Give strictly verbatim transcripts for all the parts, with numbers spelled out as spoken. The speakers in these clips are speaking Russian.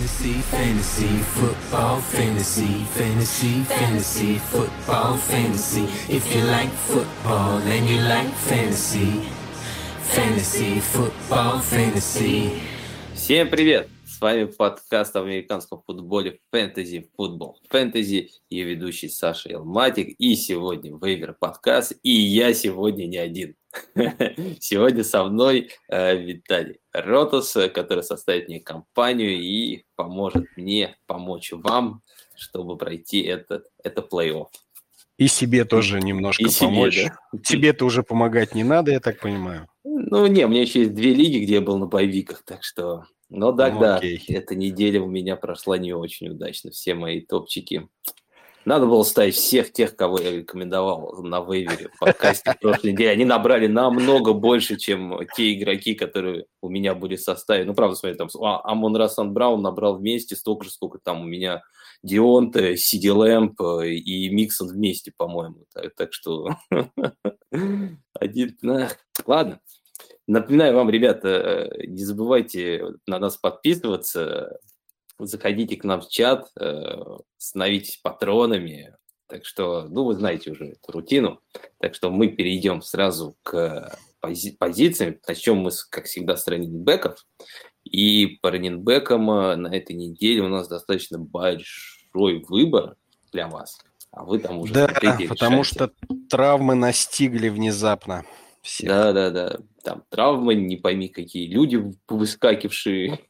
Fantasy, fantasy, football, fantasy, fantasy, fantasy, football, fantasy. If you like football and you like fantasy, fantasy, football, fantasy. Всем привет! С вами подкаст о американском футболе Fantasy Football Fantasy, ее ведущий Саша Елматик, и сегодня Вейвер подкаст, и я сегодня не один. Сегодня со мной э, Виталий Ротус, который составит мне компанию и поможет мне помочь вам, чтобы пройти этот, это плей-офф. И себе тоже немножко и помочь. Себе, да? Тебе-то уже помогать не надо, я так понимаю. Ну, не, у меня еще есть две лиги, где я был на боевиках, так что... Но тогда ну, эта неделя у меня прошла не очень удачно. Все мои топчики. Надо было ставить всех тех, кого я рекомендовал на вейвере в подкасте в прошлой неделе. Они набрали намного больше, чем те игроки, которые у меня были в составе. Ну, правда, смотри, там Амон-Ра Сент Браун набрал вместе столько же, сколько там у меня Дионте, Сиди Лэмп и Миксон вместе, по-моему. Так, так что... Один... Ладно. Напоминаю вам, ребята, не забывайте на нас подписываться, заходите к нам в чат, становитесь патронами. Так что, ну, вы знаете уже эту рутину. Так что мы перейдем сразу к пози- позициям. Начнем мы, как всегда, с раннинбэков. И по раннинбэкам на этой неделе у нас достаточно большой выбор для вас. А вы там уже да, смотрите и потому решайте. что травмы настигли внезапно всех. Да, да, да. Там травмы, не пойми какие люди выскакившие,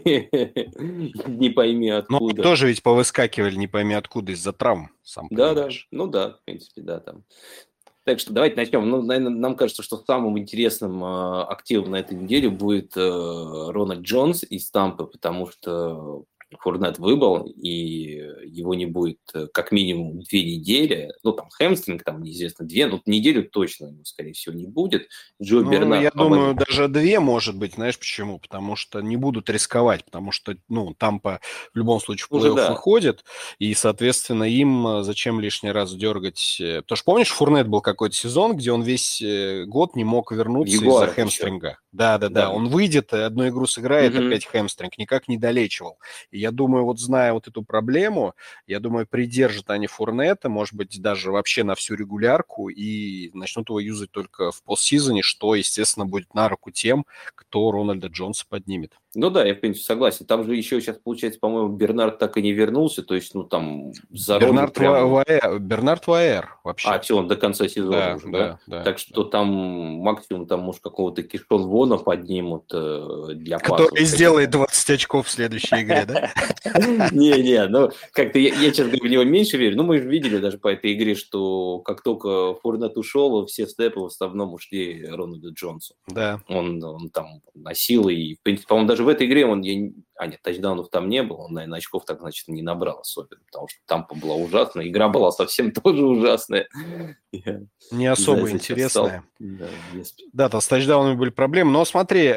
не пойми Но откуда. тоже ведь повыскакивали, не пойми откуда, из-за травм, сам Да, да, понимаешь. ну да, в принципе, да, там. Так что давайте начнем. Ну, наверное, нам кажется, что самым интересным э, активом на этой неделе будет э, Рональд Джонс из Тампы, потому что Фурнет выбыл, и его не будет как минимум две недели. Ну, там, хэмстринг, там, неизвестно, две, но неделю точно, скорее всего, не будет. Джо Ну, Бернард, я по-моему... думаю, даже две, может быть, знаешь почему? Потому что не будут рисковать, потому что, ну, Тампа в любом случае в Уже плей-офф да. выходит, и, соответственно, им зачем лишний раз дергать... Потому что, помнишь, Фурнет был какой-то сезон, где он весь год не мог вернуться из-за хэмстринга. Да-да-да, Да. он выйдет, одну игру сыграет, Мгм. опять хэмстринг, никак не долечивал. И я думаю, вот зная вот эту проблему, я думаю, придержат они Фурнета, может быть, даже вообще на всю регулярку, и начнут его юзать только в постсезоне, что, естественно, будет на руку тем, кто Рональда Джонса поднимет. Ну да, я, в принципе, согласен. Там же еще сейчас, получается, по-моему, Бернард так и не вернулся, то есть, ну, там... За Бернард, прям... Ваэр, Бернард Ваэр вообще. А, все, он до конца сезона да, уже, да, да? да? Так что да. там максимум, там, может, какого-то Кишон Вона поднимут э, для паса. Который сделает двадцать очков в следующей игре, да? Не-не, ну, как-то я, я, честно говоря, в него меньше верю. Ну, мы же видели даже по этой игре, что как только Фурнет ушел, все степы в основном ушли Рональду Джонсу. Да. Он, он там носил, и, в принципе, по-моему, даже в этой игре он... Я, а, нет, тачдаунов там не было, он, наверное, очков так, значит, не набрал особенно, потому что там была ужасная, игра была совсем тоже ужасная. Не особо интересная. Да, да, там с тачдаунами были проблемы, но смотри,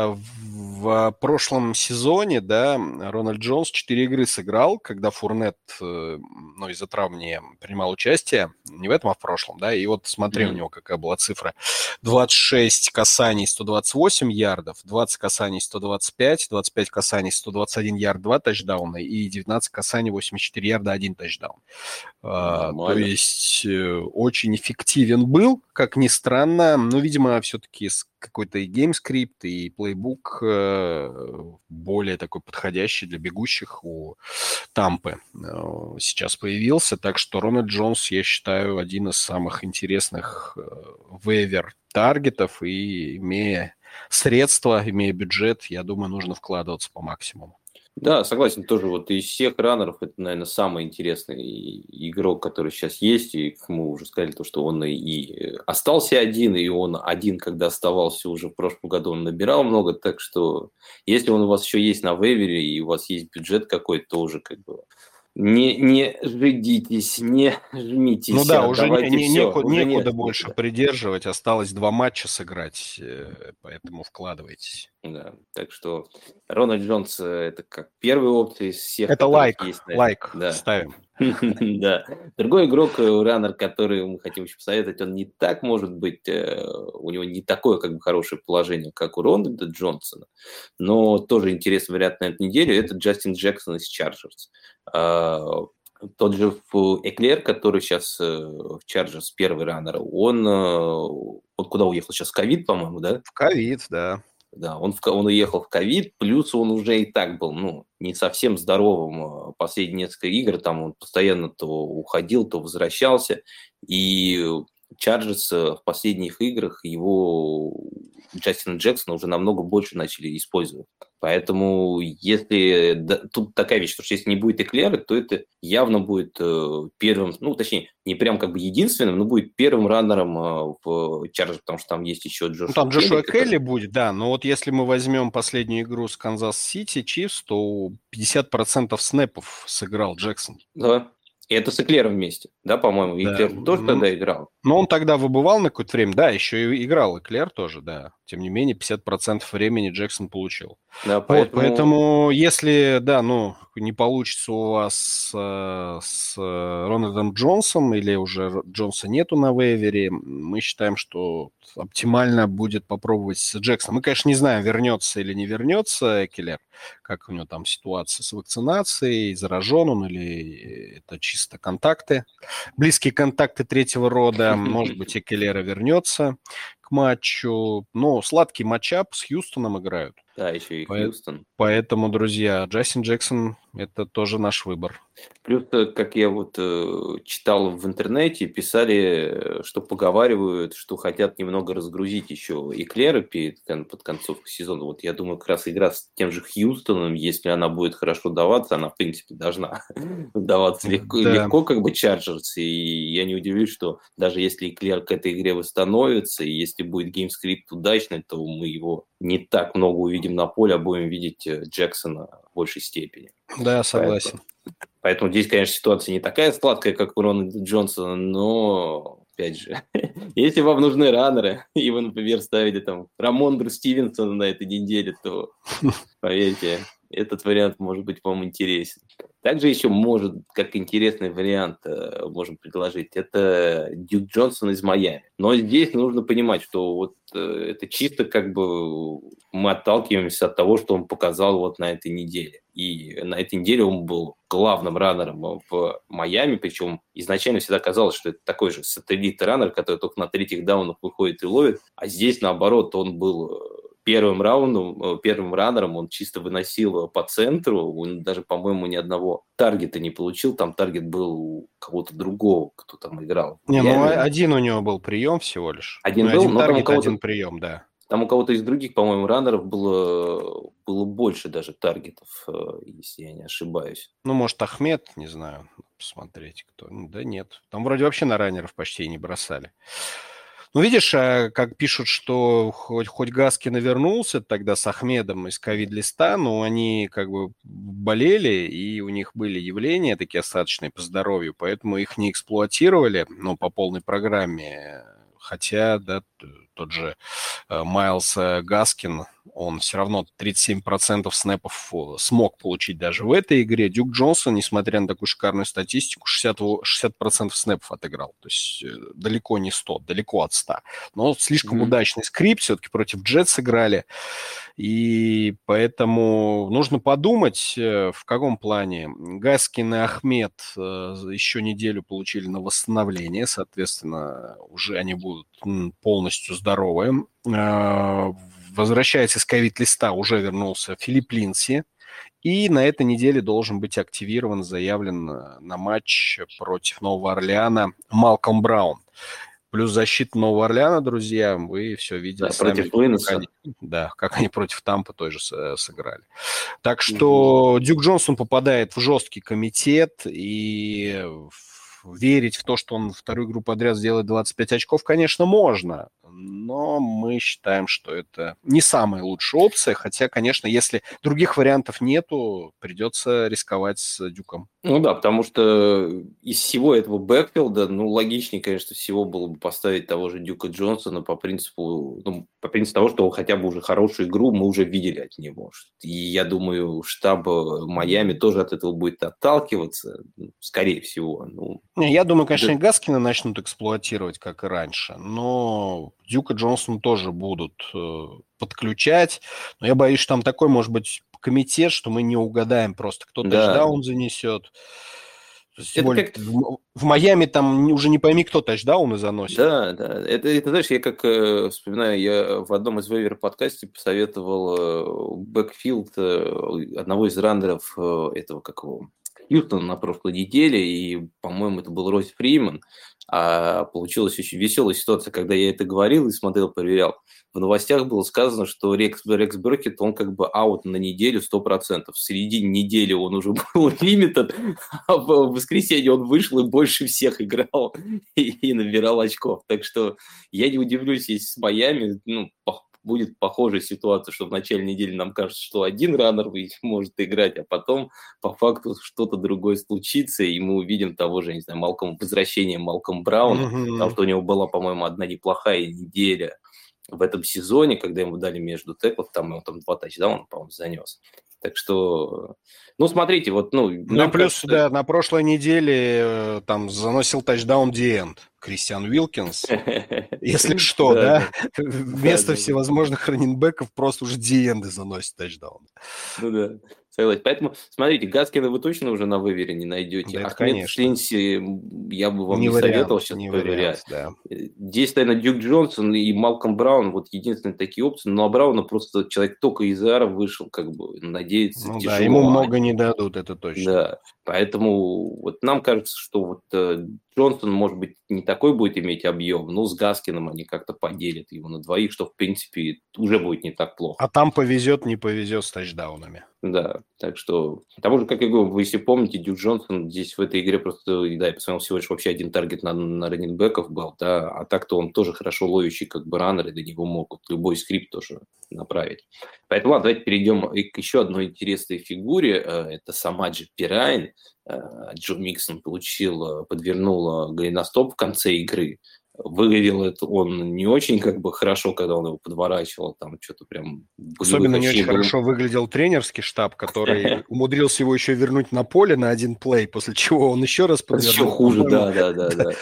в прошлом сезоне, да, Рональд Джонс четыре игры сыграл, когда Фурнет, ну, из-за травм не принимал участие, не в этом, а в прошлом, да, и вот смотри, mm-hmm. у него какая была цифра. двадцать шесть касаний, сто двадцать восемь ярдов, двадцать касаний, сто двадцать пять, двадцать пять касаний, сто двадцать один ярд, два тачдауна, и девятнадцать касаний, восемьдесят четыре ярда, один тачдаун. Uh, то есть э, очень эффективен был, как ни странно, но, видимо, все-таки какой-то и геймскрипт, и плейбук э, более такой подходящий для бегущих у Тампы э, сейчас появился, так что Рональд Джонс, я считаю, один из самых интересных э, вейвер-таргетов, и имея средства, имея бюджет, я думаю, нужно вкладываться по максимуму. Да, согласен, тоже вот из всех раннеров это, наверное, самый интересный игрок, который сейчас есть, и мы уже сказали, то, что он и остался один, и он один, когда оставался уже в прошлом году, он набирал много, так что если он у вас еще есть на вейвере, и у вас есть бюджет какой-то, то уже как бы не, не ждитесь, не жмитесь. Ну да, уже, не, не, все, некуда, уже некуда нет, больше некуда. придерживать, осталось два матча сыграть, поэтому вкладывайтесь. Да, так что Рональд Джонс это как первая опция из всех, это лайк, есть, лайк да. ставим. Да. Другой игрок, раннер, который мы хотим еще посоветовать, он не так может быть, у него не такое как бы хорошее положение, как у Рональда Джонсона, но тоже интересный вариант на эту неделю, это Джастин Джексон из Чарджерс. Тот же Эклер, который сейчас в Чарджерс первый раннер, он, он куда уехал сейчас? В ковид, по-моему, да? В ковид, да. Да, он, в, он уехал в ковид, плюс он уже и так был, ну, не совсем здоровым последние несколько игр, там он постоянно то уходил, то возвращался, и Чарджерс в последних играх его Джастина Джексона уже намного больше начали использовать. Поэтому если... Да, тут такая вещь, что если не будет Эклера, то это явно будет э, первым, ну, точнее, не прям как бы единственным, но будет первым раннером э, в Чарджерс, потому что там есть еще Джошуа ну, там Келли. Джошуа Келли который... будет, да, но вот если мы возьмем последнюю игру с Канзас-Сити Чифс, то пятьдесят процентов снэпов сыграл Джексон. Да. И это с Эклером вместе, да, по-моему? Да. Эклер тоже тогда играл. Но он тогда выбывал на какое-то время, да, еще и играл Эклер тоже, да. Тем не менее, пятьдесят процентов времени Джексон получил. Да, поэтому... Вот, поэтому, если, да, ну, не получится у вас с, с Рональдом Джонсом или уже Джонса нету на вейвере, мы считаем, что оптимально будет попробовать с Джексоном. Мы, конечно, не знаем, вернется или не вернется Эклер, как у него там ситуация с вакцинацией, заражен он или это чисто контакты. Близкие контакты третьего рода, может быть, Эклера вернется к матчу. Но сладкий матчап с Хьюстоном играют. Да, еще и По- Хьюстон. Поэтому, друзья, Джастин Джексон – это тоже наш выбор. Плюс, как я вот э, читал в интернете, писали, что поговаривают, что хотят немного разгрузить еще Эклера перед, под концовку сезона. Вот я думаю, как раз игра с тем же Хьюстоном, если она будет хорошо даваться, она, в принципе, должна даваться легко, Да. легко как бы Чарджерс. И я не удивлюсь, что даже если Эклер к этой игре восстановится, и если будет геймскрипт удачный, то мы его не так много увидим на поле, а будем видеть Джексона в большей степени. Да, согласен. Поэтому, поэтому здесь, конечно, ситуация не такая сладкая, как у Рональда Джонсона, но, опять же, если вам нужны раннеры, и вы, например, ставили там Рамондру Стивенсона на этой неделе, то, поверьте, этот вариант может быть вам интересен. Также еще может, как интересный вариант э, можем предложить, это Дюк Джонсон из Майами. Но здесь нужно понимать, что вот э, это чисто как бы мы отталкиваемся от того, что он показал вот на этой неделе. И на этой неделе он был главным раннером в Майами, причем изначально всегда казалось, что это такой же сателлит-раннер, который только на третьих даунах выходит и ловит, а здесь, наоборот, он был... Первым раундом, первым раннером он чисто выносил по центру, он даже, по-моему, ни одного таргета не получил, там таргет был у кого-то другого, кто там играл. Не, Я ну именно... один у него был прием всего лишь. Один ну, был, один но таргет, там один прием, да. Там у кого-то из других, по-моему, раннеров было, было больше даже таргетов, если я не ошибаюсь. Ну, может, Ахмед, не знаю, посмотреть кто. Да нет, там вроде вообще на раннеров почти не бросали. Ну, видишь, как пишут, что хоть, хоть Гаскин и вернулся тогда с Ахмедом из ковид-листа, но они как бы болели, и у них были явления такие остаточные по здоровью, поэтому их не эксплуатировали, ну, по полной программе. Хотя, да, тот же Майлз Гаскин, он все равно тридцать семь процентов снэпов смог получить даже в этой игре. Дюк Джонсон, несмотря на такую шикарную статистику, шестьдесят, шестьдесят процентов снэпов отыграл. То есть далеко не сто, далеко от ста. Но слишком mm-hmm. удачный скрипт, все-таки против Джетс играли. И поэтому нужно подумать, в каком плане. Гаскин и Ахмед еще неделю получили на восстановление, соответственно, уже они будут полностью здоровы. Возвращается из ковид-листа, уже вернулся Филипп Линдси. И на этой неделе должен быть активирован, заявлен на матч против Нового Орлеана Малком Браун. Плюс защита Нового Орлеана, друзья, вы все видели да, сами. Против Линнеса. Как они, да, как они против Тампы тоже сыграли. Так что mm-hmm. Дюк Джонсон попадает в жесткий комитет, и верить в то, что он вторую игру подряд сделает двадцать пять очков, конечно, можно. Но мы считаем, что это не самая лучшая опция. Хотя, конечно, если других вариантов нету, придется рисковать с Дюком. Ну да, потому что из всего этого бэкфилда, ну, логичнее, конечно, всего было бы поставить того же Дюка Джонсона по принципу, ну, по принципу того, что хотя бы уже хорошую игру мы уже видели от него. И я думаю, штаб Майами тоже от этого будет отталкиваться, скорее всего. Ну, Не, я думаю, конечно, да. и Гаскина начнут эксплуатировать, как и раньше, но Дюка Джонсона тоже будут э, подключать. Но я боюсь, что там такой, может быть, комитет, что мы не угадаем просто, кто Да. тачдаун занесет. Тем Это более как... в, в Майами там уже не пойми, кто тачдауны заносит. Да, да. Это, это знаешь, я как э, вспоминаю, я в одном из вейвер подкасте посоветовал э, бэкфилд э, одного из раннеров э, этого какого Хьюстона на прошлой неделе, и, по-моему, это был Ройс Фриман. А получилась очень веселая ситуация, когда я это говорил и смотрел, проверял. В новостях было сказано, что Рекс, Рекс Беркет, он как бы аут на неделю сто процентов. В середине недели он уже был лимитед, а в воскресенье он вышел и больше всех играл и, и набирал очков. Так что я не удивлюсь, если с Майами ну, будет похожая ситуация, что в начале недели нам кажется, что один раннер может играть, а потом по факту что-то другое случится, и мы увидим того же, не знаю, Малком, возвращение Малком Брауна, mm-hmm. потому что у него была, по-моему, одна неплохая неделя в этом сезоне, когда ему дали между теклов, там он там два тачдауна, по-моему, занес. Так что, ну, смотрите, вот, ну... Ну, и плюс, кажется, да, на прошлой неделе там заносил тачдаун Ди-Энд, Кристиан Уилкинс. Если что, да, вместо всевозможных раннинбеков просто уже Ди-Энды заносит тачдаун. Ну да, согласен. Поэтому, смотрите, Гаскина вы точно уже на вывере не найдете. Да, Ахмед Шлинси я бы вам не, не советовал вариант, сейчас не проверять. Вариант, да. Здесь, наверное, Дюк Джонсон и Малком Браун, вот единственные такие опции. Но Брауна просто человек только из ара вышел, как бы, надеяться ну, тяжело. Да, ему много не дадут, это точно. Да, поэтому вот нам кажется, что вот э, Джонсон, может быть, не такой будет иметь объем, но с Гаскиным они как-то поделят его на двоих, что, в принципе, уже будет не так плохо. А там повезет, не повезет с тачдаунами. Да, так что, к тому же, как я говорю, вы если помните, Дюк Джонсон здесь в этой игре просто, да, я посмотрел, всего лишь вообще один таргет на, на раннинбеков был, да, а так-то он тоже хорошо ловящий, как бы раннер, и до него могут любой скрипт тоже направить. Поэтому, ладно, давайте перейдем к еще одной интересной фигуре, это Самаджи Пирайн. Джо Миксон получил, подвернул голеностоп в конце игры. Выглядел это он не очень как бы хорошо, когда он его подворачивал, там что-то прям... Особенно не очень было... хорошо выглядел тренерский штаб, который умудрился его еще вернуть на поле на один плей, после чего он еще раз подвернул. Еще хуже, да, да, да, да.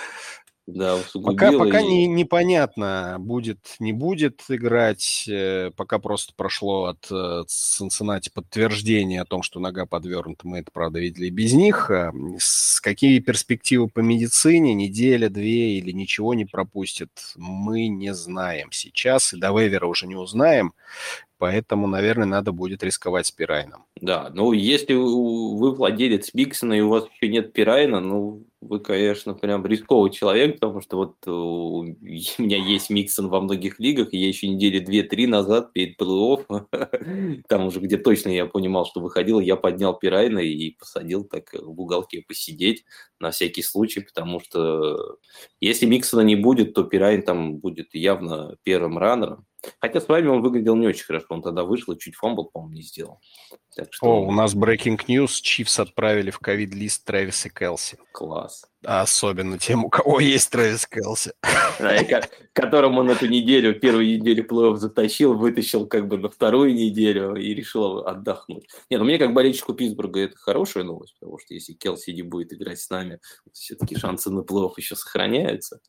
Да, пока пока и... не, непонятно, будет, не будет играть. Пока просто прошло от Цинциннати подтверждение о том, что нога подвернута. Мы это, правда, видели без них. С какие перспективы по медицине, неделя, две или ничего не пропустит, мы не знаем сейчас. И до вейвера уже не узнаем. Поэтому, наверное, надо будет рисковать с Пирайном. Да, ну, если вы владелец Миксона и у вас еще нет Пирайна, ну, вы, конечно, прям рисковый человек, потому что вот у меня есть Миксон во многих лигах, и я еще недели две-три назад перед плей-офф, там уже где точно я понимал, что выходил, я поднял Пирайна и посадил так в уголке посидеть на всякий случай, потому что если Миксона не будет, то Пирайн там будет явно первым раннером. Хотя с вами он выглядел не очень хорошо. Он тогда вышел и чуть фамбл, по-моему, не сделал. Так что... О, у нас breaking news. Чифс отправили в ковид-лист Трэвиса Келси. Класс. А особенно тем, у кого есть Трэвис Келси. Которому он эту неделю, первую неделю плей-офф затащил, вытащил как бы на вторую неделю и решил отдохнуть. Нет, ну мне как болельщику Питтсбурга это хорошая новость, потому что если Келси не будет играть с нами, все-таки шансы на плей-офф еще сохраняются.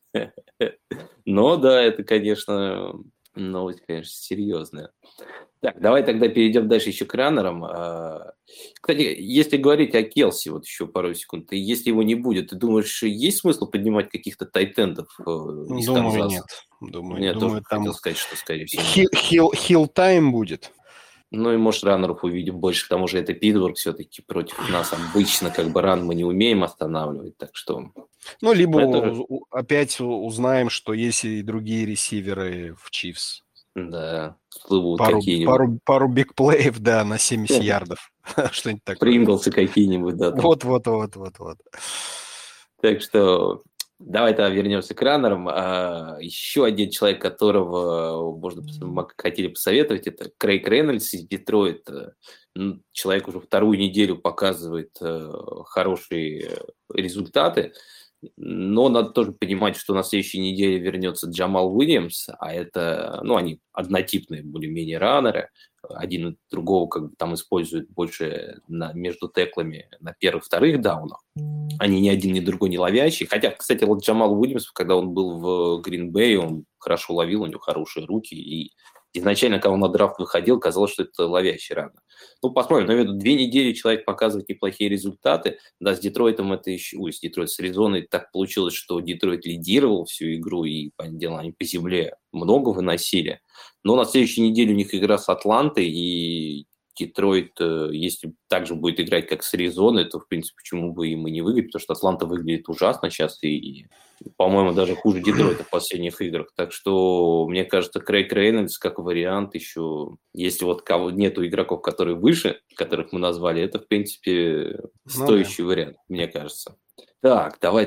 Но да, это, конечно... Новость, конечно, серьезная. Так, давай тогда перейдем дальше еще к раннерам. Кстати, если говорить о Келси, вот еще пару секунд, если его не будет, ты думаешь, есть смысл поднимать каких-то тайтендов из Думаю, Канзаса? нет. Думаю, Нет, думаю, тоже там хотел сказать, что скорее всего. Хилл, хилл тайм будет. Ну и, может, раннеров увидим больше, к тому же это Питтсбург все-таки против нас обычно, как бы ран мы не умеем останавливать, так что... Ну, либо это... опять узнаем, что есть и другие ресиверы в Чифс. Да, всплывут пару, какие-нибудь. Пару, пару бигплеев, да, на семьдесят ярдов. Что-нибудь такое. Принглсы какие-нибудь, да. Вот-вот-вот-вот-вот. Так что... Давай тогда вернемся к раннерам. А, еще один человек, которого, можно, мы хотели посоветовать, это Крейг Рейнольдс из Детройта. Человек уже вторую неделю показывает хорошие результаты. Но надо тоже понимать, что на следующей неделе вернется Джамал Уильямс, а это, ну, они однотипные более-менее раннеры. Один и другого как бы там используют больше на, между теклами на первых-вторых даунах. Они ни один, ни другой не ловящий. Хотя, кстати, вот Джамал Уильямс, когда он был в Грин-Бэй, он хорошо ловил, у него хорошие руки. И изначально, когда он на драфт выходил, казалось, что это ловящий раннер. Ну, посмотрим, наверное, две недели человек показывает неплохие результаты. Да, с Детройтом это еще... Ой, с Детройтом, с Аризоной так получилось, что Детройт лидировал всю игру, и, понятное дело, они по земле много выносили. Но на следующей неделе у них игра с Атлантой, и Детройт, если так же будет играть, как с Аризоной, то, в принципе, почему бы им и не выиграть, потому что Атланта выглядит ужасно сейчас, и, по-моему, даже хуже Детройта в последних играх. Так что, мне кажется, Крейг Рейнольдс как вариант еще, если вот кого, нету игроков, которые выше, которых мы назвали, это, в принципе, стоящий ну, да. вариант, мне кажется. Так, давай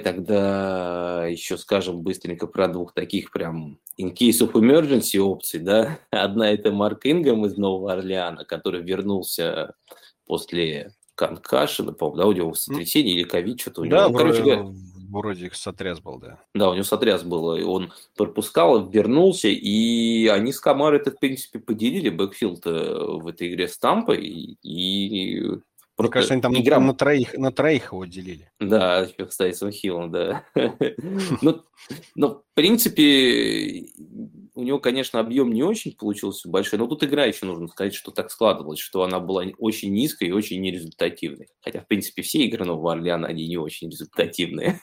тогда еще скажем быстренько про двух таких прям in case of emergency опций, да. Одна это Марк Ингрэм из Нового Орлеана, который вернулся после конкашена, по-моему, да, у него сотрясение или ковид, что-то у него. Да, ну, короче говоря, вроде сотряс был, да. Да, у него сотряс был, и он пропускал, вернулся, и они с Камарой это, в принципе, поделили бэкфилд в этой игре с Тампой, и... и Мне кажется, они там игра... на, троих, на троих его делили. Да, еще с Тайсом Хиллом, да. Но, в принципе, у него, конечно, объем не очень получился большой, но тут игра еще, нужно сказать, что так складывалось, что она была очень низкой и очень нерезультативной. Хотя, в принципе, все игры Нового Орлеана, они не очень результативные.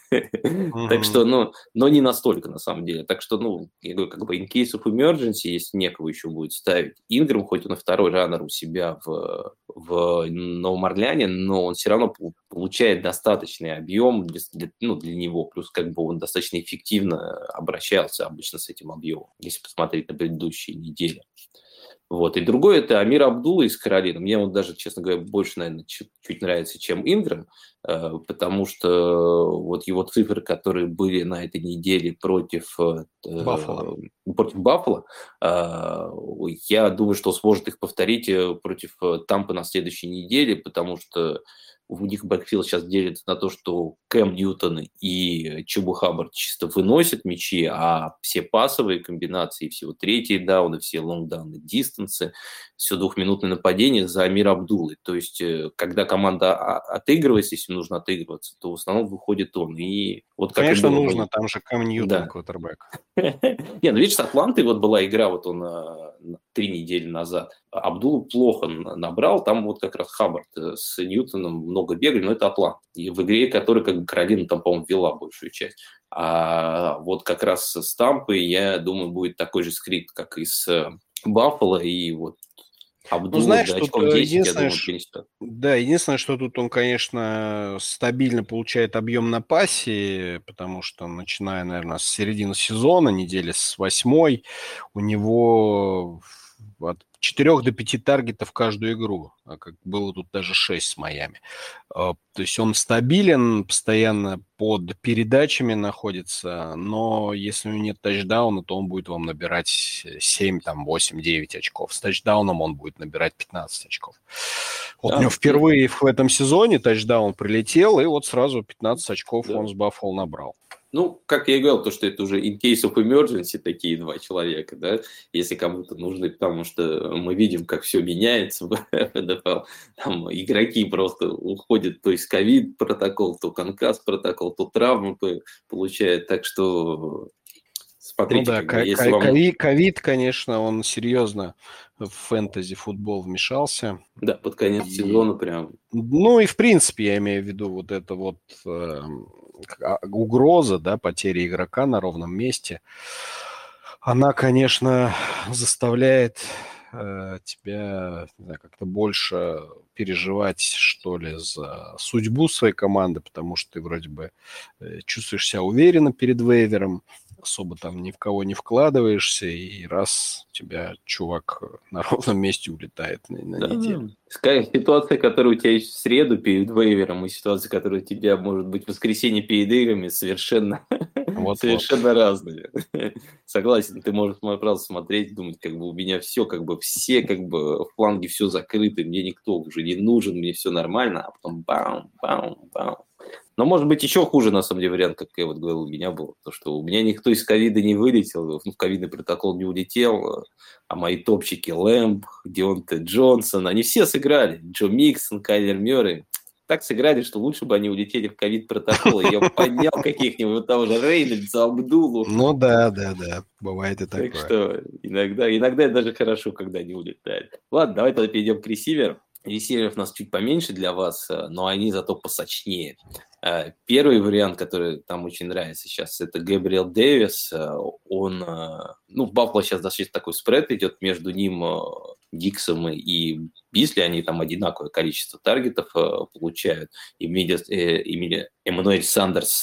Так что, ну, но не настолько, на самом деле. Так что, ну, я говорю, как бы in case of emergency, если некого еще будет ставить. Ингрэм, хоть он и второй раннер у себя в, в Новом Орлеане, но он все равно получает достаточный объем для, для, ну, для него, плюс как бы он достаточно эффективно обращался обычно с этим объемом, если посмотреть на предыдущие недели. Вот. И другой это Амир Абдулла из Каролины. Мне он даже, честно говоря, больше, наверное, чуть, чуть нравится, чем Ингрэм, э, потому что вот его цифры, которые были на этой неделе против э, Баффало, против Баффало, э, я думаю, что он сможет их повторить против Тампы на следующей неделе, потому что у них бэкфилд сейчас делится на то, что Кэм Ньютон и Чубу Хаббард чисто выносят мячи, а все пасовые комбинации, все вот третьи дауны, все лонгдауны, дистансы, все двухминутное нападение за Амира Абдуллой. То есть, когда команда отыгрывается, если нужно отыгрываться, то в основном выходит он. И вот как Конечно, было, нужно, там же Кэм Ньютон, да. Квотербэк. Не, ну видишь, с Атлантой вот была игра, вот он три недели назад. Абдулла плохо набрал, там вот как раз Хаббард с Ньютоном много бегали, но это Атланта. И в игре, которая как бы Каролина там, по-моему, вела большую часть. А вот как раз с Тампой, я думаю, будет такой же скрипт, как и с Баффало, и вот Абдулла, ну, знаешь, да, тут очком десять, единственное, я думаю, что, да, единственное, что тут он, конечно, стабильно получает объем на пасе, потому что, начиная, наверное, с середины сезона, недели с восьмой, у него от четырёх до пяти таргетов каждую игру, а как было тут даже шесть с Майами. То есть он стабилен, постоянно под передачами находится, но если у него нет тачдауна, то он будет вам набирать семь, там, восемь, девять очков. С тачдауном он будет набирать пятнадцать очков. Вот да, у него впервые в этом сезоне тачдаун прилетел, и вот сразу пятнадцать очков да. он с Баффало набрал. Ну, как я и говорил, то, что это уже in case of emergency такие два человека, да, если кому-то нужны, потому что мы видим, как все меняется в эн эф эл. Там игроки просто уходят, то есть ковид-протокол, то конкас-протокол, то травмы получают, так что смотрите. Ну да, как, если вам... ковид, ковид, конечно, он серьезно в фэнтези-футбол вмешался. Да, под конец и... сезона прям. Ну и в принципе, я имею в виду вот это вот... Э... угроза, да, потери игрока на ровном месте, она, конечно, заставляет э, тебя, не знаю, как-то больше переживать, что ли, за судьбу своей команды, потому что ты вроде бы э, чувствуешь себя уверенно перед вейвером, особо там ни в кого не вкладываешься, и раз у тебя чувак на ровном месте улетает на, на да. неделю. Ситуация, которая у тебя есть в среду перед вейвером, и ситуация, которая у тебя может быть в воскресенье перед играми, совершенно Вот-вот. Совершенно разные. Согласен, ты можешь, правда, смотреть, думать, как бы у меня все, как бы все, как бы фланги все закрыты, мне никто уже не нужен, мне все нормально, а потом бам, бам, бам. Но может быть еще хуже, на самом деле, вариант, как я вот говорил, у меня был, то, что у меня никто из ковида не вылетел, ну, в ковидный протокол не улетел, а мои топчики Лэмб, Деонте Джонсон, они все сыграли, Джо Миксон, Кайлер Мюррей. Так сыграли, что лучше бы они улетели в ковид-протокол, и я поднял каких-нибудь того же Рейнольдса, Абдулу. Ну да, да, да, бывает и такое. Так что иногда, иногда это даже хорошо, когда не улетает. Ладно, давай тогда перейдем к ресиверам. Ресиверов у нас чуть поменьше для вас, но они зато посочнее. Первый вариант, который там очень нравится сейчас, это Гэбриэл Дэвис. Он, ну, в Баффало сейчас достаточно такой спред идет между ним, Диксом и Бисли. Они там одинаковое количество таргетов получают. Эмили, Эммануэль Сандерс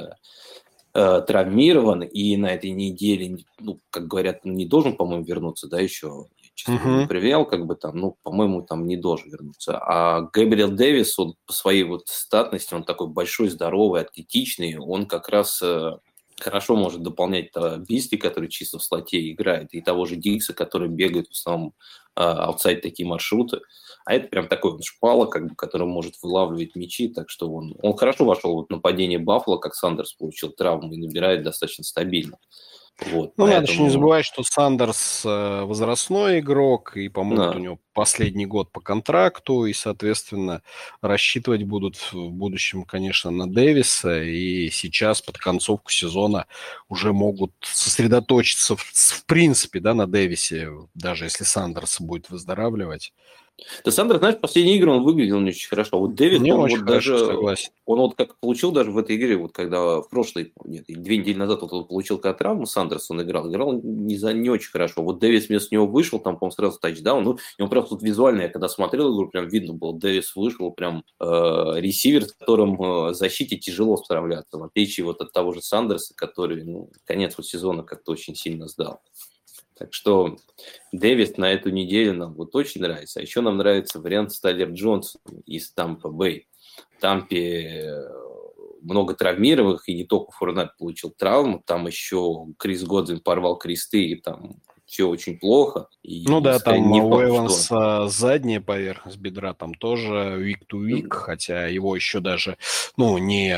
травмирован, и на этой неделе, ну, как говорят, не должен, по-моему, вернуться, да, еще, я, честно говоря, не проверял, как бы там, ну, по-моему, там не должен вернуться. А Гэбриэл Дэвис, он по своей вот статности, он такой большой, здоровый, атлетичный, он как раз хорошо может дополнять Бисли, который чисто в слоте играет, и того же Дикса, который бегает в основном аутсайд такие маршруты. А это прям такой он шпала, как бы, который может вылавливать мячи, так что он, он хорошо вошел в нападение Баффало, как Сандерс получил травму и набирает достаточно стабильно. Вот, ну, поэтому... надо еще не забывать, что Сандерс возрастной игрок, и, по-моему, да. у него последний год по контракту, и, соответственно, рассчитывать будут в будущем, конечно, на Дэвиса, и сейчас под концовку сезона уже могут сосредоточиться, в, в принципе, да, на Дэвисе, даже если Сандерс будет выздоравливать. Да, Сандерс, знаешь, в последней игре он выглядел не очень хорошо. Вот Дэвид, не он очень вот хорошо, даже, согласен. Он вот как получил даже в этой игре, вот когда в прошлой, нет, две недели назад вот он получил как травму, Сандерс он играл, играл не, за, не очень хорошо. Вот Дэвис вместо него вышел, там, по-моему, сразу тачдаун. Ну, и он просто тут визуально, я когда смотрел игру, прям видно было, Дэвис вышел, прям э, ресивер, с которым э, защите тяжело справляться, в отличие вот от того же Сандерса, который, ну, конец вот сезона как-то очень сильно сдал. Так что Дэвис на эту неделю нам вот очень нравится. А еще нам нравится вариант с Тайлер Джонсоном из Тампа Бэй. В Тампе много травмированных, и не только Фурнет получил травму, там еще Крис Годвин порвал кресты, и там все очень плохо. И ну да, там не у Эванса задняя поверхность бедра, там тоже week-to-week, mm-hmm. хотя его еще даже, ну, не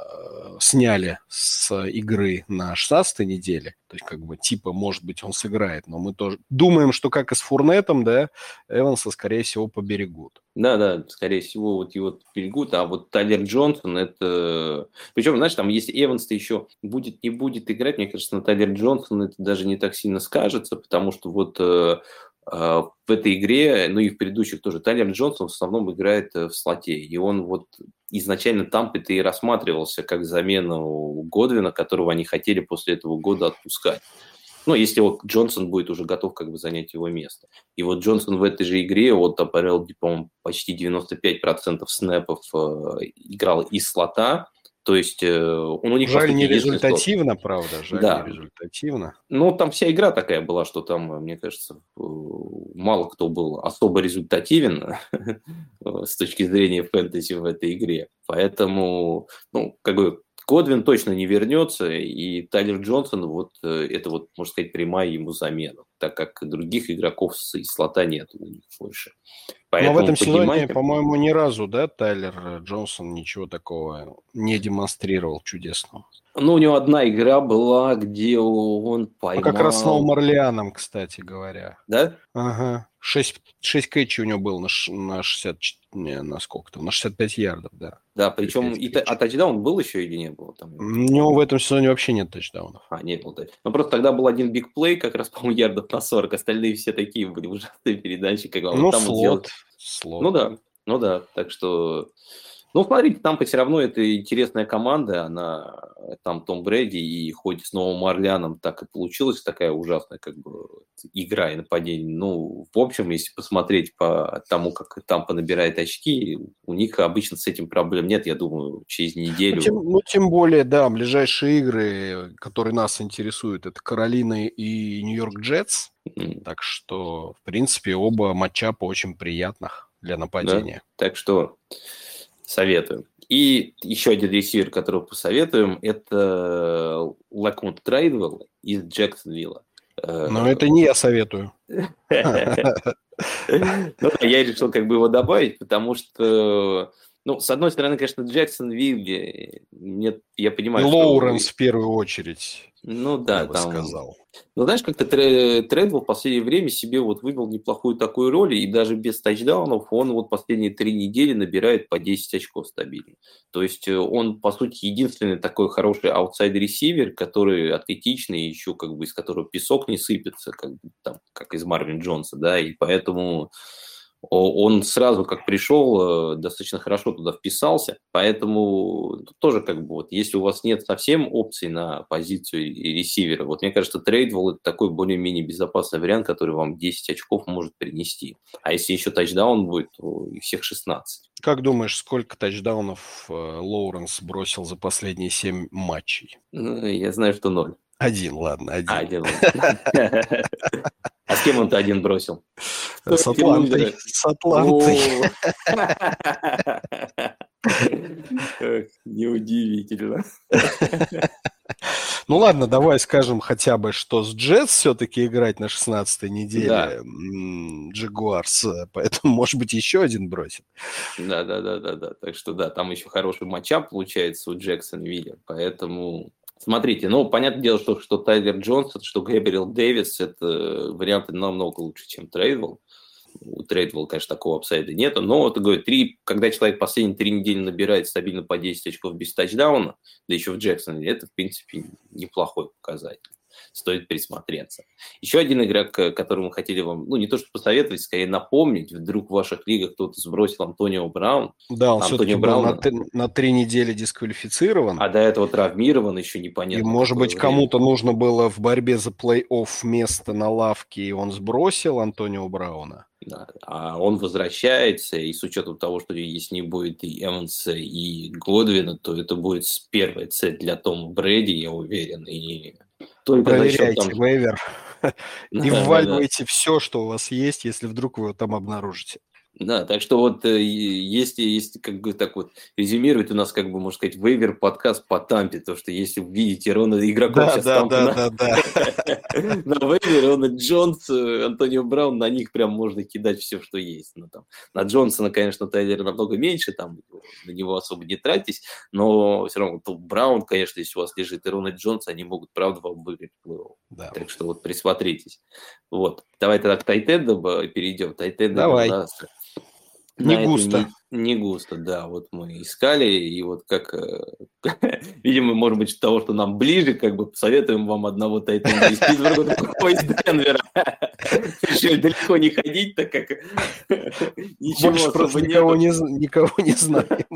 сняли с игры на шестнадцатой неделе. То есть, как бы, типа, может быть, он сыграет, но мы тоже думаем, что как и с Фурнетом, да, Эванса, скорее всего, поберегут. Да, да, скорее всего, вот его берегут, а вот Тайлер Джонсон, это... Причем, знаешь, там, если Эванс-то еще будет, не будет играть, мне кажется, на Тайлер Джонсон это даже не так сильно скажется, потому что вот э, э, в этой игре, ну и в предыдущих тоже, Тайлер Джонсон в основном играет в слоте, и он вот изначально Тампе-то и рассматривался как замену Годвина, которого они хотели после этого года отпускать. Ну, если вот Джонсон будет уже готов как бы занять его место. И вот Джонсон в этой же игре вот опорел, по-моему, почти девяносто пять процентов снэпов э, играл из слота. То есть э, он у них... Жаль, не результативно, слот. Правда, жаль, да. не результативно. Ну, там вся игра такая была, что там, мне кажется, мало кто был особо результативен с точки зрения фэнтези в этой игре. Поэтому, ну, как бы, Годвин точно не вернется, и Тайлер Джонсон, вот это вот, можно сказать, прямая ему замена, так как других игроков из слота нет у них больше. Поэтому но в этом поднимайте... сезоне, по-моему, ни разу, да, Тайлер Джонсон ничего такого не демонстрировал чудесного. Ну, у него одна игра была, где он поймал... А как раз с Новым Орлеаном, кстати говоря. Да? Ага. шесть, шесть кэтчей у него было на, на шестьдесят... Не, на сколько-то? На шестьдесят пять ярдов, да. Да, причем и та, а тачдаун был еще или не было? Там? У него в этом сезоне вообще нет тачдаунов. А, не было. Ну, просто тогда был один бигплей, как раз, по-моему, ярдов на сорок. Остальные все такие были ужасные передачи. Как ну, вот там слот, сделал... слот. Ну, да. Ну, да. Так что... Ну, смотрите, там все равно это интересная команда, она там Том Брэди, и хоть с Новым Орлеаном так и получилась такая ужасная как бы игра и нападение. Ну, в общем, если посмотреть по тому, как Тампа набирает очки, у них обычно с этим проблем нет, я думаю, через неделю. Ну, тем, ну, тем более, да, ближайшие игры, которые нас интересуют, это Каролина и Нью-Йорк Джетс, mm. так что, в принципе, оба матчапа очень приятных для нападения. Да? Так что... Советую. И еще один ресивер, которого посоветуем, это Лакмут Трейдвелл из Джексонвилла. Но это не я советую. Ну, я решил как бы его добавить, потому что, ну, с одной стороны, конечно, Джексонвилл, нет, я понимаю, и что... Лоуренс в первую очередь, ну, да, я бы там... сказал. Ну, знаешь, как-то Трейдвелл в последнее время себе вот выбил неплохую такую роль, и даже без тачдаунов он вот последние три недели набирает по десять очков стабильно. То есть он, по сути, единственный такой хороший аутсайд-ресивер, который атлетичный, еще как бы из которого песок не сыпется, как, бы, там, как из Марвин Джонса, да, и поэтому... Он сразу, как пришел, достаточно хорошо туда вписался, поэтому тоже как бы вот, если у вас нет совсем опций на позицию ресивера, вот мне кажется, Трейдвелл – это такой более-менее безопасный вариант, который вам десять очков может принести. А если еще тачдаун будет, то и всех шестнадцать. Как думаешь, сколько тачдаунов Лоуренс бросил за последние семь матчей? Ну, я знаю, что ноль. Один, ладно, один. А, один. А с кем он-то один бросил? С Атлантой. С Атлантой. Неудивительно. Ну ладно, давай скажем хотя бы, что с Джетс все-таки играть на шестнадцатой неделе Джагуарс, поэтому, может быть, еще один бросит. Да, да, да, да, да. Так что да, там еще хороший матчап получается у Джексонвилля, поэтому... Смотрите, ну, понятное дело, что, что Тайлер Джонсон, что Гэбриэл Дэвис – это варианты намного лучше, чем Трейдвелл. У Трейдвелла, конечно, такого апсайда нету, но, вот, говорю, три, когда человек последние три недели набирает стабильно по десять очков без тачдауна, да еще в Джексоне, это, в принципе, неплохой показатель. Стоит присмотреться. Еще один игрок, который мы хотели вам, ну, не то что посоветовать, скорее напомнить, вдруг в ваших лигах кто-то сбросил Антонио Браун. Да, он все-таки был на, на три недели дисквалифицирован. А до этого травмирован, еще непонятно. И, может быть, время. Кому-то нужно было в борьбе за плей-офф место на лавке, и он сбросил Антонио Брауна. Да, а он возвращается, и с учетом того, что если не будет и Эванса, и Годвина, то это будет первая цель для Тома Брэди, я уверен, и... Только проверяйте там... вейвер и вваливайте все, что у вас есть, если вдруг вы его там обнаружите. Да, так что вот если, если как бы так вот резюмировать, у нас, как бы, можно сказать, вейвер подкаст по Тампе, то что если вы видите Рона игроков да, сейчас да, Тампа да, на... да, да. на вейвере, Рона Джонс, Антонио Браун, на них прям можно кидать все, что есть. Ну, там, на Джонсона, конечно, Тайлера намного меньше, там на него особо не тратьтесь, но все равно Браун, конечно, если у вас лежит и Рона Джонс, они могут, правда, вам выиграть плей-офф. Да. Так что вот присмотритесь. Вот. Давай тогда к тайтендам перейдем. Тайтенды Давай. Да, не густо. Не, не густо, да. Вот мы искали, и вот как, видимо, может быть, того, что нам ближе, как бы посоветуем вам одного тайтенда из Питтсбурга, другого из Денвера. Решили далеко не ходить, так как ничего Больше просто никого не, никого не знаем.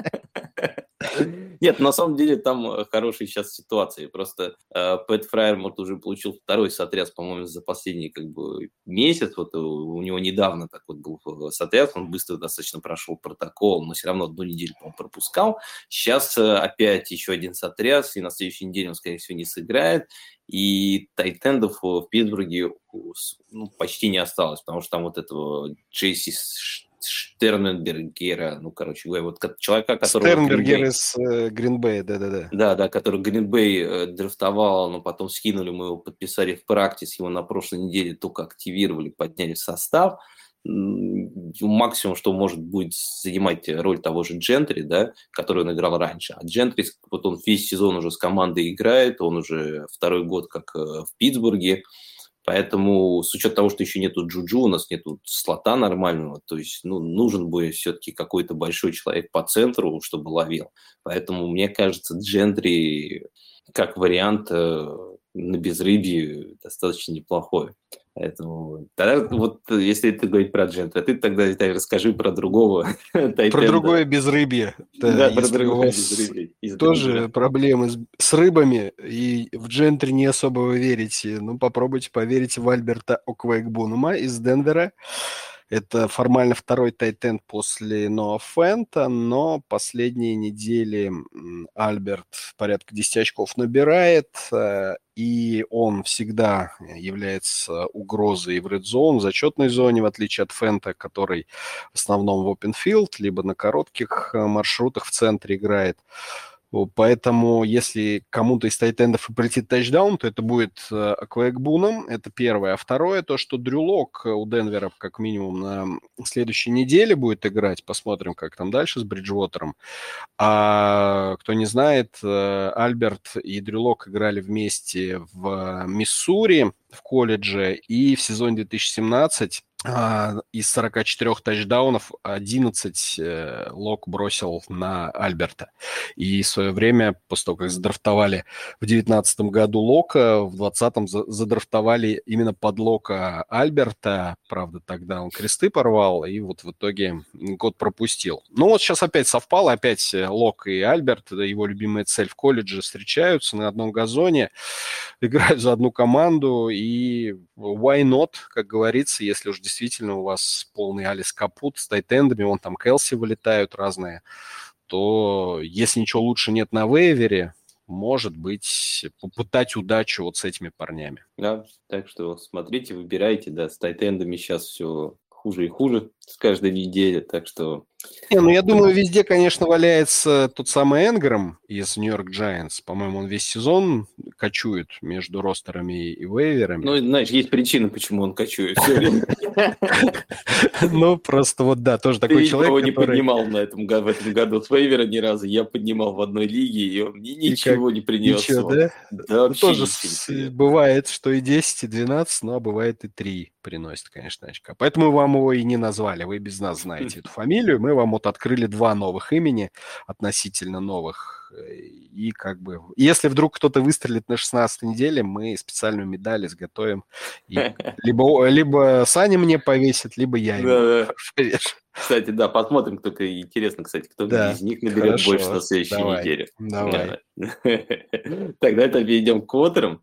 Нет, на самом деле там хорошие сейчас ситуации. Просто э, Пэт Фрайермут уже получил второй сотряс, по-моему, за последний как бы месяц. Вот у, у него недавно так вот был сотряс, он быстро достаточно прошел протокол, но все равно одну неделю, по-моему, пропускал. Сейчас э, опять еще один сотряс, и на следующей неделе он, скорее всего, не сыграет. И тайтендов в Питтсбурге ну, почти не осталось, потому что там вот этого Джейси Штернбергера, ну, короче говоря, вот человека, который... Штернбергер из Гринбэя, да-да-да. Да-да, который Гринбэй э, драфтовал, но потом скинули, мы его подписали в практис, его на прошлой неделе только активировали, подняли в состав. Максимум, что может будет занимать роль того же Джентри, да, который он играл раньше. А Джентри, вот он весь сезон уже с командой играет, он уже второй год как в Питтсбурге. Поэтому, с учетом того, что еще нету Джуджу, у нас нету слота нормального, то есть ну, нужен будет все-таки какой-то большой человек по центру, чтобы ловил. Поэтому, мне кажется, Джентри как вариант на безрыбье достаточно неплохой. Поэтому тогда вот если ты говорить про Джентри, а ты тогда расскажи про другого тайтенда. Про другое безрыбье. Да, да про другое безрыбье. Тоже проблемы с, с рыбами, и в Джентри не особо вы верите. Ну, попробуйте поверить в Альберта Оквейкбунума из Денвера. Это формально второй тайтенд после Ноа Фента, но последние недели Альберт порядка десять очков набирает, и он всегда является угрозой в Red Zone, в зачетной зоне, в отличие от Фента, который в основном в open field, либо на коротких маршрутах в центре играет. Поэтому, если кому-то из тайтендов и полетит тачдаун, то это будет Акваекбуном, это первое. А второе, то, что Дрю Лок у Денвера как минимум на следующей неделе будет играть. Посмотрим, как там дальше с Бриджвотером. А кто не знает, Альберт и Дрю Лок играли вместе в Миссури в колледже, и в сезоне две тысячи семнадцать из сорока четырёх тачдаунов одиннадцать э, Лок бросил на Альберта. И в свое время, после того, как задрафтовали в девятнадцатом году Лока, в двадцатом за- задрафтовали именно под Лока Альберта. Правда, тогда он кресты порвал, и вот в итоге год пропустил. Ну вот сейчас опять совпало, опять Лок и Альберт, его любимая цель в колледже, встречаются на одном газоне, играют за одну команду, и why not, как говорится, если уж действительно у вас полный Алис Капут с тайтендами, вон там Келси вылетают разные, то если ничего лучше нет на вейвере, может быть, попытать удачу вот с этими парнями. Да, так что смотрите, выбирайте, да, с тайтендами сейчас все хуже и хуже с каждой недели, так что... Не, ну я думаю, везде, конечно, валяется тот самый Энграм из Нью-Йорк Джайантс. По-моему, он весь сезон кочует между ростерами и вейверами. Ну, знаешь, есть причина, почему он кочует. Ну, просто вот да, тоже такой человек, который... не поднимал на этом, в этом году с вейвера ни разу. Я поднимал в одной лиге, и он мне ничего не принес. Ничего, да? Да, вообще тоже бывает, что и десять, и двенадцать, но бывает и три приносит, конечно, очка. Поэтому вам его и не назвали. Вы без нас знаете эту фамилию. Мы вам вот открыли два новых имени, относительно новых. И как бы, если вдруг кто-то выстрелит на шестнадцатой неделе, мы специальную медаль изготовим. И либо, либо Саня мне повесит, либо я ему Да, да. повешу. Кстати, да, посмотрим, кто интересно, кстати, кто Да, из них наберет хорошо. больше на следующей Давай, неделе. давай. Тогда это перейдем к квотерам.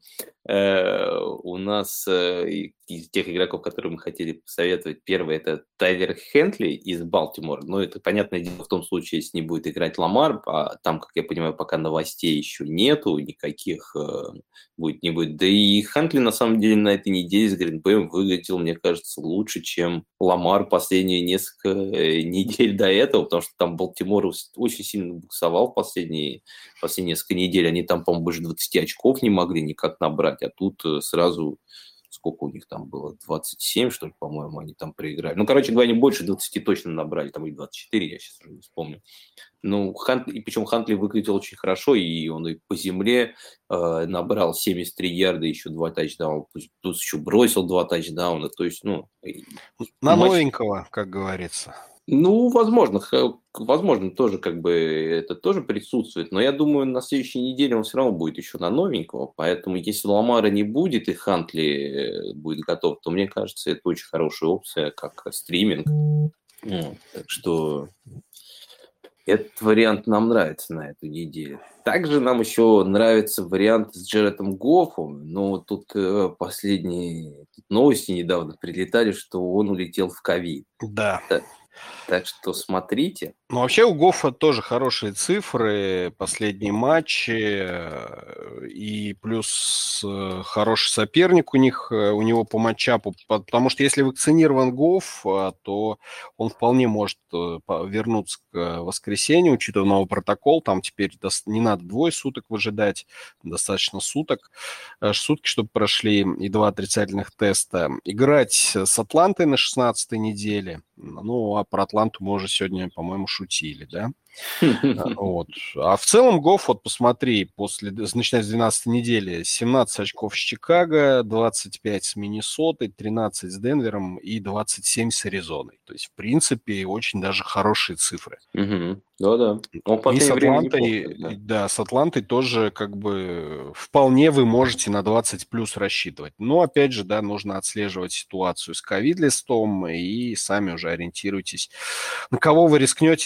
У нас из тех игроков, которые мы хотели посоветовать, первый это Тайлер Хентли из Балтимора. Но это, понятное дело, в том случае, если не будет играть Ламар, а там, как я понимаю, пока новостей еще нету, никаких будет, не будет. Да и Хентли, на самом деле, на этой неделе с Гринбэем выглядел, мне кажется, лучше, чем Ламар последние несколько недель до этого, потому что там Балтимор очень сильно буксовал в последние, последние несколько недель. Они там, по-моему, больше двадцать очков не могли никак набрать, а тут сразу... Сколько у них там было? двадцать семь, что ли, по-моему, они там проиграли. Ну, короче говоря, они больше двадцати точно набрали. Там и двадцать четыре, я сейчас уже не вспомню. Ну, Хантли, и причем Хантли выглядел очень хорошо, и он и по земле э, набрал семьдесят три ярда, еще два тачдауна, плюс еще бросил два тачдауна. То есть, ну... На матч... новенького, как говорится. Ну, возможно, возможно, тоже как бы это тоже присутствует, но я думаю, на следующей неделе он все равно будет еще на новенького, поэтому если Ламара не будет и Хантли будет готов, то мне кажется, это очень хорошая опция, как стриминг. Mm. Так что этот вариант нам нравится на эту неделю. Также нам еще нравится вариант с Джаредом Гоффом, но тут э, последние тут новости недавно прилетали, что он улетел в ковид. Да. Так, так что смотрите. Ну, вообще у Гоффа тоже хорошие цифры, последние матчи, и плюс хороший соперник у них, у него по матчапу, потому что если вакцинирован Гофф, то он вполне может вернуться к воскресенью, учитывая новый протокол, там теперь не надо двое суток выжидать, достаточно суток, сутки, чтобы прошли, и два отрицательных теста. Играть с Атлантой на шестнадцатой неделе, ну, а про Атланту мы уже сегодня, по-моему, шутили, да? Вот. А в целом Гофф, вот посмотри, после, начиная с двенадцатой недели, семнадцать очков с Чикаго, двадцать пять с Миннесотой, тринадцать с Денвером и двадцать семь с Аризоной. То есть, в принципе, очень даже хорошие цифры. Угу. Да-да. И с Атлантой, да. да, с Атлантой тоже как бы вполне вы можете на двадцать плюс рассчитывать. Но, опять же, да, нужно отслеживать ситуацию с ковид-листом и сами уже ориентируйтесь, на кого вы рискнете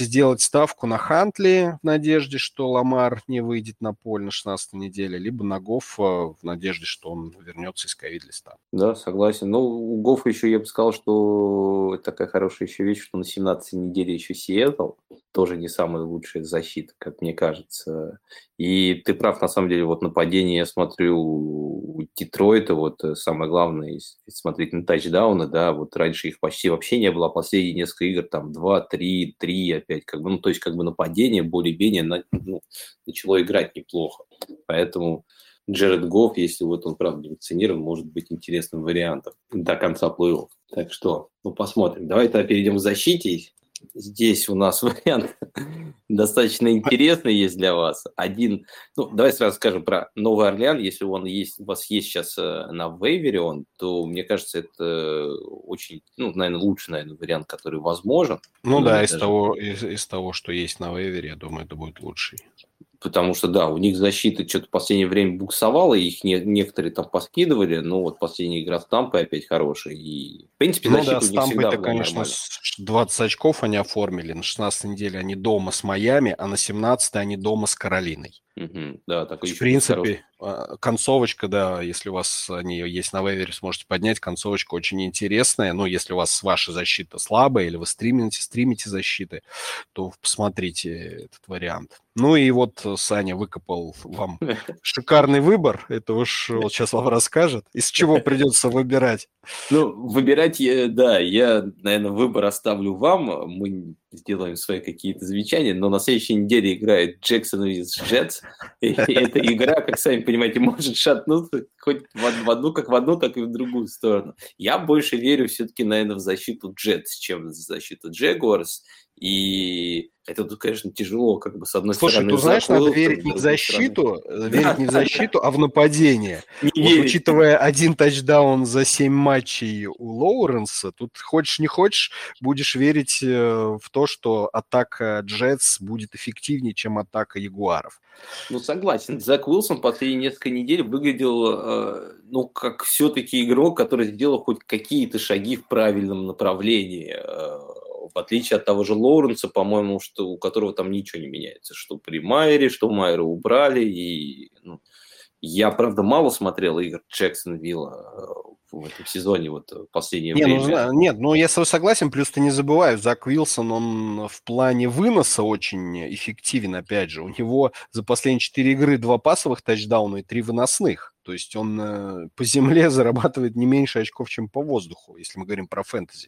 можете сделать ставку на Хантли в надежде, что Ламар не выйдет на поле на шестнадцатой неделе, либо на Гоффа в надежде, что он вернется из ковид-листа. Да, согласен. Ну, у Гоффа еще я бы сказал, что такая хорошая еще вещь, что на семнадцатой неделе еще Сиэтл. Тоже не самая лучшая защита, как мне кажется. И ты прав, на самом деле, вот нападение, я смотрю, у Детройта, вот самое главное, если смотреть на тачдауны, да, вот раньше их почти вообще не было, а последние несколько игр, там, два, три, три опять, как бы, ну, то есть, как бы нападение более-менее на, ну, начало играть неплохо. Поэтому Джеред Гофф, если вот он, правда, вакцинирован, может быть интересным вариантом до конца плей-офф. Так что, ну, посмотрим. Давай-то перейдем к защите. Здесь у нас вариант достаточно интересный есть для вас. Один, ну, давай сразу скажем про Новый Орлеан. Если он есть, у вас есть сейчас на вейвере он, то, мне кажется, это очень, ну, наверное, лучший, наверное, вариант, который возможен. Ну, ну да, из даже... того, из, из того, что есть на вейвере, я думаю, это будет лучший. Потому что, да, у них защита что-то в последнее время буксовала, их не, некоторые там поскидывали, но вот последняя игра с Тампой опять хорошая. И, в принципе, ну защита да, у них всегда была конечно, нормальная. двадцать очков они оформили. На шестнадцатой неделе они дома с Майами, а на семнадцатой они дома с Каролиной. Угу, да, такой в принципе, концовочка, да, если у вас они есть на вейвере, сможете поднять, концовочка очень интересная. Ну, если у вас ваша защита слабая, или вы стримите, стримите защиты, то посмотрите этот вариант. Ну и вот Саня выкопал вам шикарный выбор. Это уж вот сейчас вам расскажет, из чего придется выбирать. Ну, выбирать, да, я, наверное, выбор оставлю вам. Мы сделаем свои какие-то замечания, но на следующей неделе играет Джексонвилл Джетс. И эта игра, как сами понимаете, может шатнуться хоть в одну, как в одну, так и в другую сторону. Я больше верю все-таки, наверное, в защиту Джетс, чем в защиту Джегуарс. И это тут, конечно, тяжело, как бы, с одной Слушай, стороны... Слушай, ты знаешь, надо верить не в защиту, стороны. верить не в защиту, а в нападение. Вот, учитывая один тачдаун за семь матчей у Лоуренса, тут хочешь не хочешь, будешь верить в то, что атака Джетс будет эффективнее, чем атака Ягуаров. Ну, согласен. Зак Уилсон последние несколько недель выглядел, э, ну, как все-таки игрок, который сделал хоть какие-то шаги в правильном направлении. Э, в отличие от того же Лоуренса, по-моему, что у которого там ничего не меняется. Что при Майере, что Майера убрали. И, ну, я, правда, мало смотрел игр Джексонвилла в этом сезоне, вот в последнее не, время. Ну, нет, ну я с тобой согласен, плюс ты не забывай, Зак Уилсон, он в плане выноса очень эффективен, опять же. У него за последние четыре игры два пасовых тачдауна и три выносных. То есть он э, по земле зарабатывает не меньше очков, чем по воздуху, если мы говорим про фэнтези.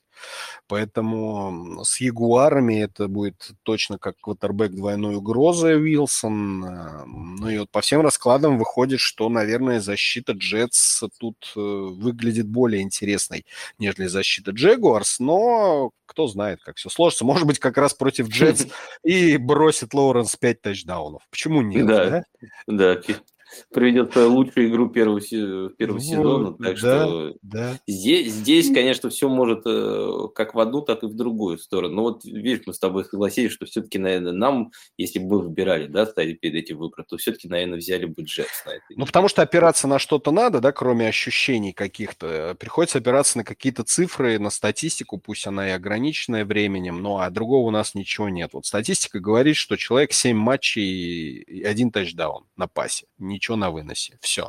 Поэтому с Ягуарами это будет точно как квотербэк двойной угрозы Уилсон. Ну и вот по всем раскладам выходит, что, наверное, защита Джетс тут э, выглядит более интересной, нежели защита Джегуарс. Но кто знает, как все сложится. Может быть, как раз против Джетс и бросит Лоуренс пять тачдаунов. Почему нет? Да, да. Приведет свою лучшую игру первого, первого Вот, сезона. Так да, что да. Здесь, здесь, конечно, все может э, как в одну, так и в другую сторону. Но вот, видишь, мы с тобой согласились, что все-таки, наверное, нам, если бы вы выбирали, да, ставили перед этим выбором, то все-таки, наверное, взяли бы Джетс на это. Ну, потому что опираться на что-то надо, да, кроме ощущений каких-то. Приходится опираться на какие-то цифры, на статистику, пусть она и ограниченная временем, но а другого у нас ничего нет. Вот статистика говорит, что человек семь матчей и один тачдаун на пасе. Ничего на выносе. Все.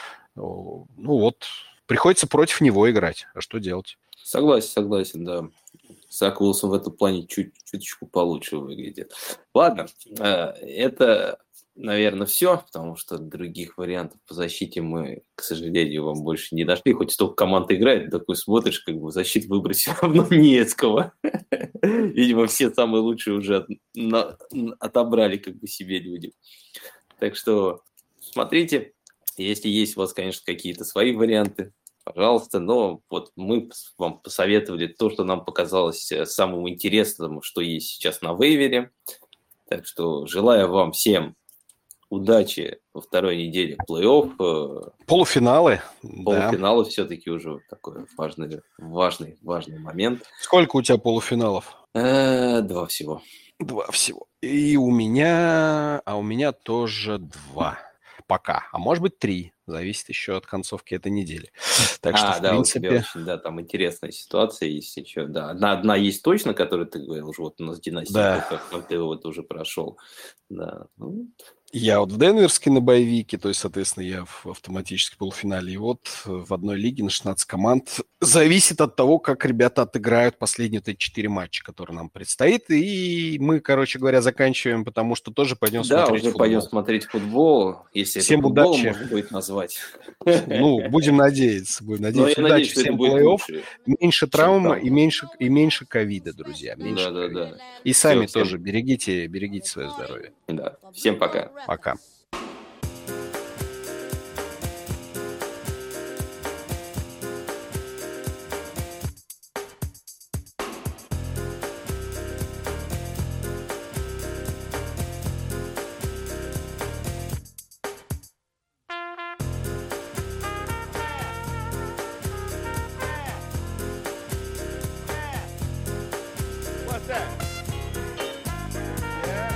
Ну, вот... Приходится против него играть. А что делать? Согласен, согласен, да. Зак Уилсон в этом плане чуть, чуточку получше выглядит. Ладно, это, наверное, все, потому что других вариантов по защите мы, к сожалению, вам больше не нашли. Хоть столько команд играет, такой смотришь, как бы защиту выбрать все равно не с кого. Видимо, все самые лучшие уже от, на, отобрали как бы себе люди. Так что смотрите, если есть у вас, конечно, какие-то свои варианты, пожалуйста, но вот мы вам посоветовали то, что нам показалось самым интересным, что есть сейчас на вейвере. Так что желаю вам всем удачи во второй неделе плей-офф. Полуфиналы. Полуфиналы да. Все-таки уже такой важный, важный, важный момент. Сколько у тебя полуфиналов? Э, два всего. Два всего. И у меня, а у меня тоже два. пока. А может быть, три. Зависит еще от концовки этой недели. Так что, а, в да, принципе... у тебя очень, да, там интересная ситуация есть еще. Да, одна, одна есть точно, которую ты говорил, уже вот у нас династия, Да. как, как ты вот уже прошел. Да. Ну, Я вот в Денверске на боевике, то есть, соответственно, я в автоматически полуфинале. И вот в одной лиге на шестнадцать команд. Зависит от того, как ребята отыграют последние вот эти четыре матча, которые нам предстоит. И мы, короче говоря, заканчиваем, потому что тоже пойдем да, смотреть уже футбол. пойдем смотреть футбол, если Всем это футболом удачи. можно будет назвать. Ну, будем надеяться, будем надеяться. Но я надеюсь, Удачи что это всем будет плей-офф. лучше, Меньше чем травм там. и меньше, и меньше ковида, друзья. Меньше Да, да, ковида. да. И сами Всё, всем- тоже берегите, берегите свое здоровье. Да. Всем пока. Пока. What's that? Yeah.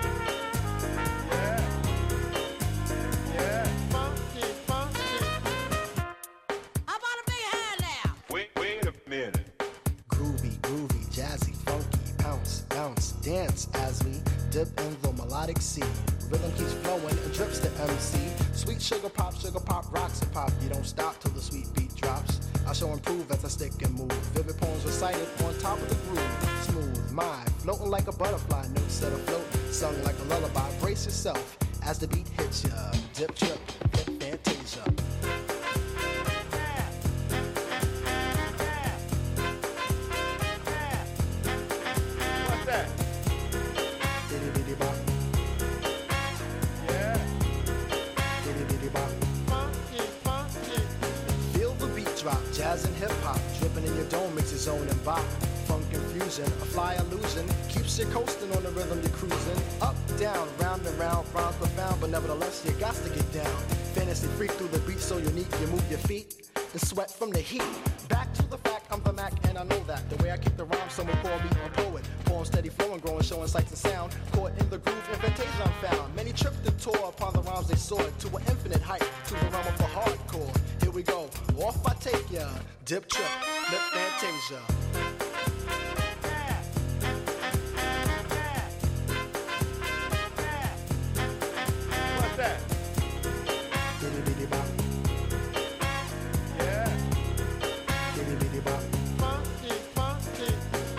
Yeah. Yeah. Funky, funky. How about a big hand now? Wait, wait a minute. Groovy, groovy, jazzy, funky, bounce, bounce, dance as we dip in the melodic sea. Rhythm keeps flowing and drips to M C. Sweet sugar pop, sugar pop, rocks and pop. You don't stop till the sweet beat drops. I shall improve as I stick and move. Vivid poems recited on top of the groove. Smooth mind, floating like a butterfly, notes set afloat, sung like a lullaby. Brace yourself as the beat hits ya. Dip, trip, hip, fantasia. What's that? Diddy-diddy-bop, Yeah. diddy-diddy-bop. Funky, funky. Feel the beat drop, jazz and hip hop, dripping in your dome makes your zone and bop. Funk infusion, a fly illusion, keeps you coasting on the rhythm you're cruising. Up, down, round and round, rhymes profound, but nevertheless you got to get down. Fantasy freak through the beat so unique, you move your feet and sweat from the heat. Back to the fact, I'm the Mac and I know that. The way I kick the rhyme, someone call me a poet. Poem steady flowing, growing, showing sights and sound. Caught in the groove, and fantasia I'm found. Many tripped and tore upon the rhymes they soared to an infinite height, to the realm of the hardcore. Here we go, off I take ya, dip trip, lip fantasia. What's that? Diddy-diddy-bop, Yeah. diddy-diddy-bop. Funky, funky.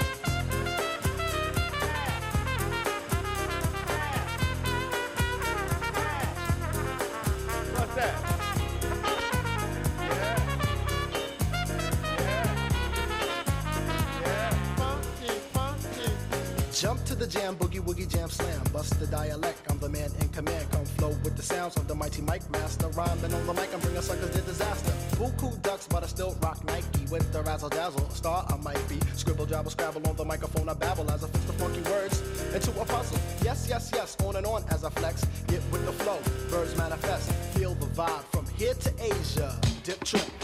What's that? Yeah. Yeah. Yeah. Funky, funky. Jump to the jam, boogie woogie jam slam. Bust the dialect, I'm the man in command. Come flow with the sounds of the mighty Mike Master. Rhyming on the mic, I'm bringing suckers to disaster. Buku ducks, but I still rock Nike with the razzle dazzle. A star I might be. Scribble, jabble, scrabble on the microphone. I babble as I fix the funky words into a puzzle. Yes, yes, yes, on and on as I flex. Get with the flow, birds manifest. Feel the vibe from here to Asia. Dip trip,